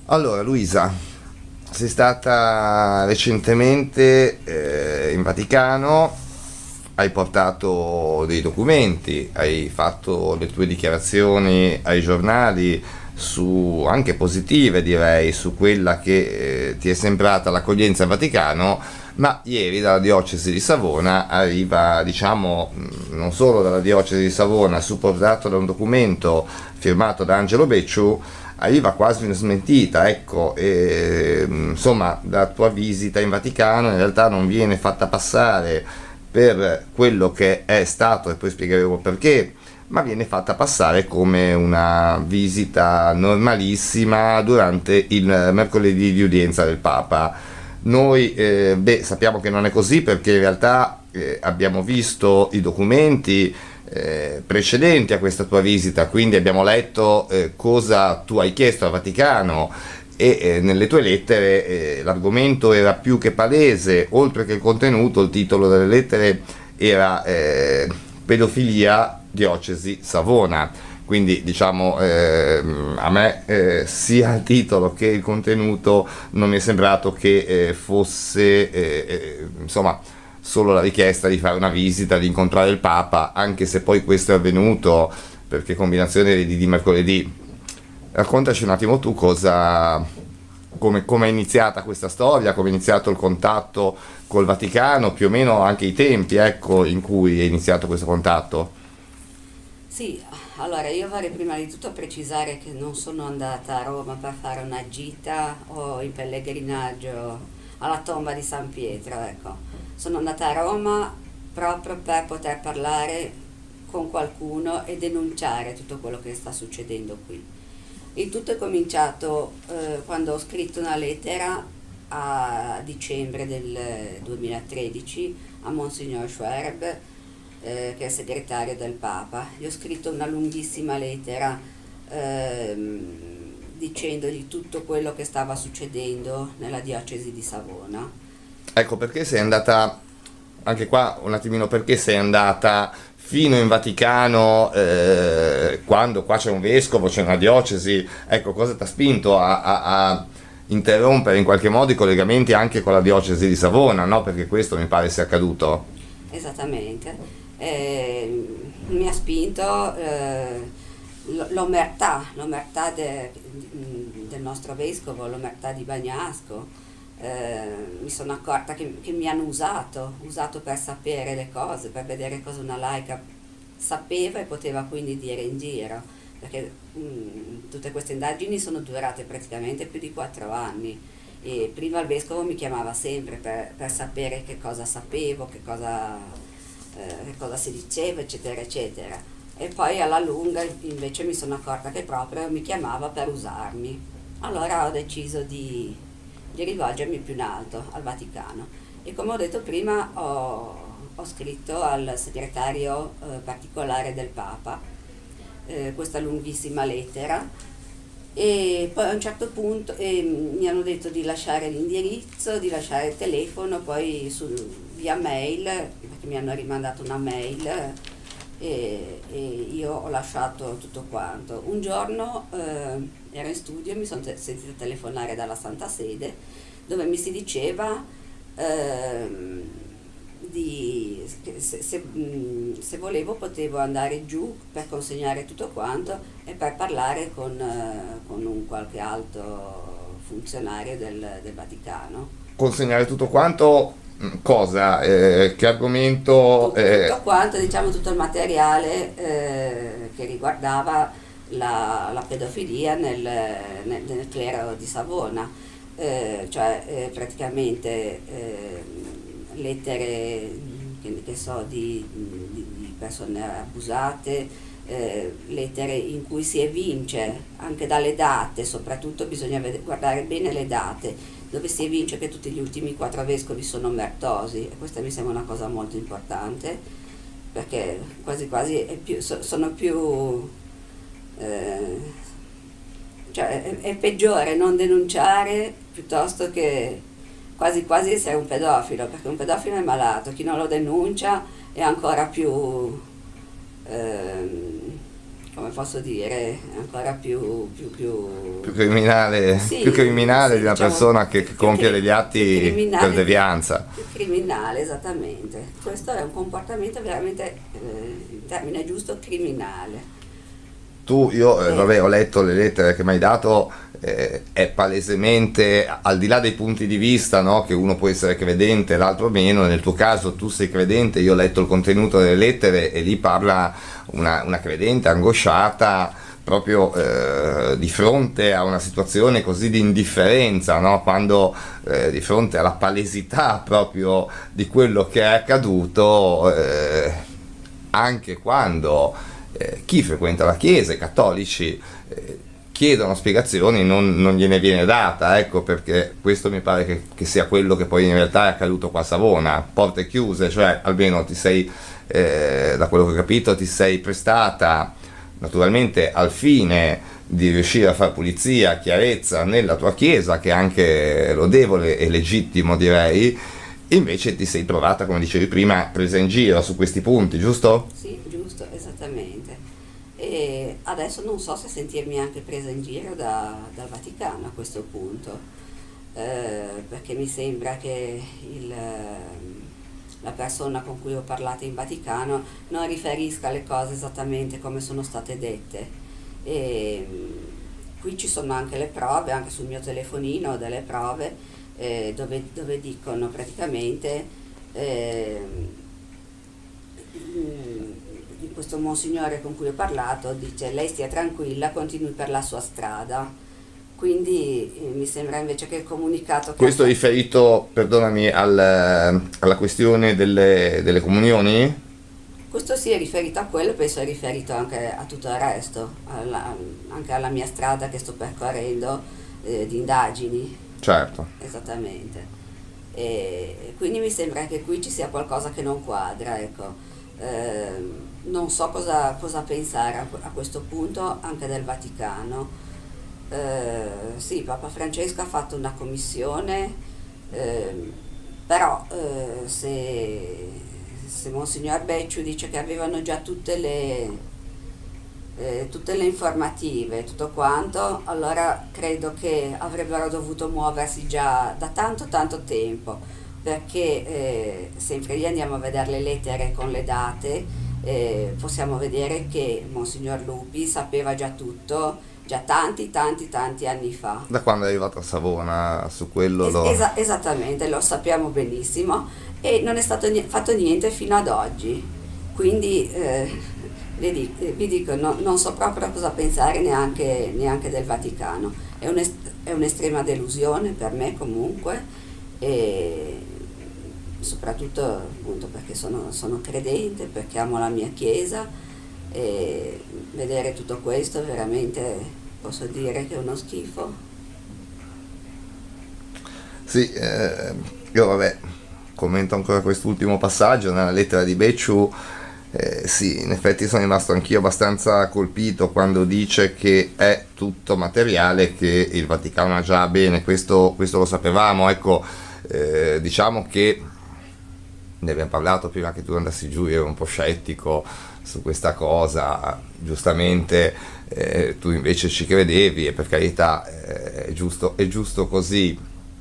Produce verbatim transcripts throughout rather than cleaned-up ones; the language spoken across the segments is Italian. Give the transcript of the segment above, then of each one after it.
Allora, Luisa, sei stata recentemente eh, in Vaticano, hai portato dei documenti, hai fatto le tue dichiarazioni ai giornali su, anche positive direi, su quella che eh, ti è sembrata l'accoglienza in Vaticano, ma ieri dalla diocesi di Savona arriva, diciamo, mh, non solo dalla diocesi di Savona, supportato da un documento firmato da Angelo Becciu, arriva quasi una smentita, ecco, e, insomma, la tua visita in Vaticano in realtà non viene fatta passare per quello che è stato, e poi spiegheremo perché, ma viene fatta passare come una visita normalissima durante il mercoledì di udienza del Papa. Noi eh, beh, sappiamo che non è così, perché in realtà eh, abbiamo visto i documenti eh, precedenti a questa tua visita, quindi abbiamo letto eh, cosa tu hai chiesto al Vaticano, e eh, nelle tue lettere eh, l'argomento era più che palese. Oltre che il contenuto, il titolo delle lettere era eh, pedofilia, diocesi Savona. Quindi diciamo, eh, a me eh, sia il titolo che il contenuto non mi è sembrato che eh, fosse eh, eh, insomma solo la richiesta di fare una visita, di incontrare il Papa, anche se poi questo è avvenuto perché combinazione di, di mercoledì. Raccontaci un attimo tu cosa, come, come è iniziata questa storia, come è iniziato il contatto col Vaticano, più o meno anche i tempi, ecco, in cui è iniziato questo contatto. Sì, allora io vorrei prima di tutto precisare che non sono andata a Roma per fare una gita o in pellegrinaggio alla tomba di San Pietro, ecco. Sono andata a Roma proprio per poter parlare con qualcuno e denunciare tutto quello che sta succedendo qui. Il tutto è cominciato eh, quando ho scritto una lettera a dicembre del duemilatredici a Monsignor Schwerb, eh, che è segretario del Papa. Gli ho scritto una lunghissima lettera ehm, dicendogli tutto quello che stava succedendo nella diocesi di Savona. Ecco, perché sei andata, anche qua un attimino, perché sei andata fino in Vaticano eh, quando qua c'è un vescovo, c'è una diocesi, ecco, cosa ti ha spinto a, a, a interrompere in qualche modo i collegamenti anche con la diocesi di Savona, no? Perché questo mi pare sia accaduto. Esattamente. Eh, mi ha spinto eh, l- l'omertà, l'omertà de- del nostro vescovo, l'omertà di Bagnasco. Eh, mi sono accorta che, che mi hanno usato, usato per sapere le cose, per vedere cosa una laica sapeva e poteva quindi dire in giro, perché mh, tutte queste indagini sono durate praticamente più di quattro anni, e prima il vescovo mi chiamava sempre per, per sapere che cosa sapevo, che cosa, eh, che cosa si diceva, eccetera, eccetera. E poi alla lunga invece mi sono accorta che proprio mi chiamava per usarmi. Allora ho deciso di di rivolgermi più in alto, al Vaticano. E come ho detto prima, ho, ho scritto al segretario eh, particolare del Papa eh, questa lunghissima lettera, e poi a un certo punto eh, mi hanno detto di lasciare l'indirizzo, di lasciare il telefono, poi su, via mail, perché mi hanno rimandato una mail, e, e io ho lasciato tutto quanto. Un giorno eh, ero in studio e mi sono te- sentita telefonare dalla Santa Sede, dove mi si diceva ehm, di, che se, se, mh, se volevo potevo andare giù per consegnare tutto quanto e per parlare con, eh, con un qualche alto funzionario del, del Vaticano. Consegnare tutto quanto, mh, cosa, eh, che argomento, Tut- eh, tutto quanto, diciamo, tutto il materiale eh, che riguardava la, la pedofilia nel, nel- nel clero di Savona, eh, cioè eh, praticamente eh, lettere che, che so di, di- di persone abusate, eh, lettere in cui si evince anche dalle date, soprattutto bisogna ved- guardare bene le date, dove si evince che tutti gli ultimi quattro vescovi sono mertosi, e questa mi sembra una cosa molto importante, perché quasi quasi è più, so- sono più, eh, cioè è, è peggiore non denunciare piuttosto che quasi quasi essere un pedofilo, perché un pedofilo è malato, chi non lo denuncia è ancora più, ehm, come posso dire, ancora più, più, più... più criminale, sì, più criminale sì, di una diciamo, persona che, che più compie cri- degli atti più per devianza. Più criminale, esattamente. Questo è un comportamento veramente, eh, in termine giusto, criminale. Tu, io eh, Eh. vabbè, ho letto le lettere che mi hai dato, eh, è palesemente, al di là dei punti di vista, no, che uno può essere credente, l'altro meno, nel tuo caso tu sei credente, io ho letto il contenuto delle lettere e lì parla una, una credente angosciata proprio eh, di fronte a una situazione così di indifferenza, no? Quando eh, di fronte alla palesità proprio di quello che è accaduto, eh, anche quando eh, chi frequenta la Chiesa, i cattolici, eh, chiedono spiegazioni, non, non gliene viene data, ecco, perché questo mi pare che, che sia quello che poi in realtà è accaduto qua a Savona, porte chiuse, cioè almeno ti sei, eh, da quello che ho capito, ti sei prestata naturalmente al fine di riuscire a fare pulizia, chiarezza nella tua chiesa, che è anche lodevole e legittimo, direi. Invece ti sei trovata, come dicevi prima, presa in giro su questi punti, giusto? Sì, giusto, esattamente. E adesso non so se sentirmi anche presa in giro da- dal Vaticano a questo punto, eh, perché mi sembra che il, la persona con cui ho parlato in Vaticano non riferisca le cose esattamente come sono state dette. E, mm, qui ci sono anche le prove, anche sul mio telefonino ho delle prove eh, dove, dove dicono praticamente eh, mm, questo monsignore con cui ho parlato dice: lei stia tranquilla, continui per la sua strada. Quindi eh, mi sembra invece che il comunicato che Questo è ha- riferito, perdonami, al- alla questione delle, delle comunioni? questo sì è riferito a quello, penso è riferito anche a tutto il resto, alla- anche alla mia strada che sto percorrendo eh, di indagini. Certo. Esattamente. E quindi mi sembra che qui ci sia qualcosa che non quadra, ecco. Ehm, non so cosa, cosa pensare a, a questo punto anche del Vaticano. Eh, sì, Papa Francesco ha fatto una commissione, ehm, però eh, se, se Monsignor Becciu dice che avevano già tutte le eh, tutte le informative, tutto quanto, allora credo che avrebbero dovuto muoversi già da tanto tanto tempo, perché eh, sempre lì andiamo a vedere le lettere con le date, eh, possiamo vedere che Monsignor Lupi sapeva già tutto, già tanti tanti tanti anni fa. Da quando è arrivato a Savona, su quello Es- lo... esa- esattamente, lo sappiamo benissimo e non è stato ni- fatto niente fino ad oggi. Quindi eh, vi dico, vi dico, no- non so proprio cosa pensare neanche, neanche del Vaticano. È, un'est- è un'estrema delusione per me comunque, e soprattutto appunto perché sono, sono credente, perché amo la mia chiesa, e vedere tutto questo veramente posso dire che è uno schifo. Sì, eh, io vabbè, commento ancora quest'ultimo passaggio nella lettera di Becciu. Eh, sì, in effetti sono rimasto anch'io abbastanza colpito quando dice che è tutto materiale che il Vaticano ha già. Bene, questo, questo lo sapevamo, ecco, eh, diciamo che ne abbiamo parlato prima che tu andassi giù, io ero un po' scettico su questa cosa, giustamente eh, tu invece ci credevi e per carità eh, è giusto, è giusto così.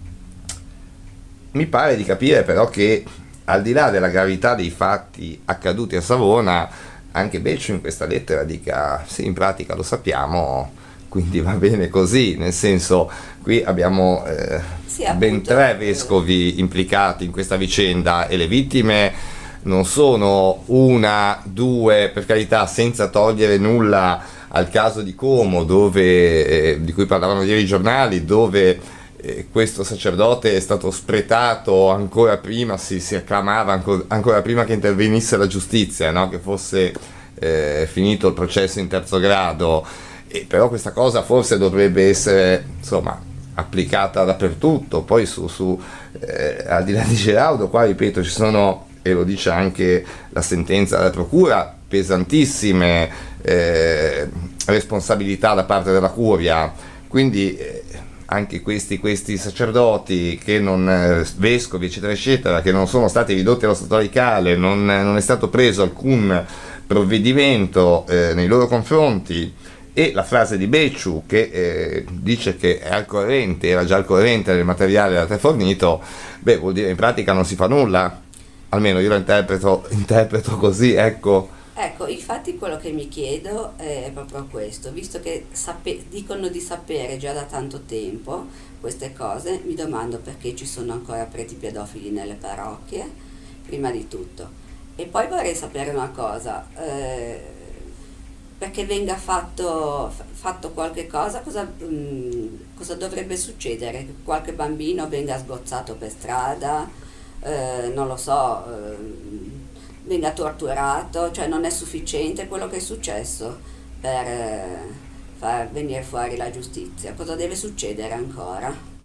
Mi pare di capire però che al di là della gravità dei fatti accaduti a Savona, anche Becciu in questa lettera dica sì, in pratica lo sappiamo, quindi va bene così, nel senso, qui abbiamo eh, Sì, ben appunto. tre vescovi implicati in questa vicenda e le vittime non sono una, due, per carità, senza togliere nulla al caso di Como, dove, eh, di cui parlavano ieri i giornali, dove eh, questo sacerdote è stato spretato ancora prima, si, si acclamava ancora, ancora prima che intervenisse la giustizia, no? Che fosse eh, finito il processo in terzo grado, e però questa cosa forse dovrebbe essere, insomma, applicata dappertutto. Poi su, su eh, al di là di Geraudo, qua ripeto, ci sono, e lo dice anche la sentenza della procura, pesantissime eh, responsabilità da parte della curia, quindi eh, anche questi, questi sacerdoti che non, eh, vescovi eccetera eccetera, che non sono stati ridotti allo stato laicale, non, non è stato preso alcun provvedimento eh, nei loro confronti, e la frase di Becciu che eh, dice che è al corrente, era già al corrente del materiale da te fornito, beh, vuol dire in pratica non si fa nulla, almeno io lo interpreto, interpreto così, ecco. Ecco, infatti quello che mi chiedo è proprio questo, visto che sape- dicono di sapere già da tanto tempo queste cose, mi domando perché ci sono ancora preti pedofili nelle parrocchie, prima di tutto. E poi vorrei sapere una cosa, eh, perché venga fatto, f- fatto qualche cosa, cosa, mm, cosa dovrebbe succedere? Che qualche bambino venga sgozzato per strada, eh, non lo so, eh, venga torturato, cioè non è sufficiente quello che è successo per eh, far venire fuori la giustizia. Cosa deve succedere ancora?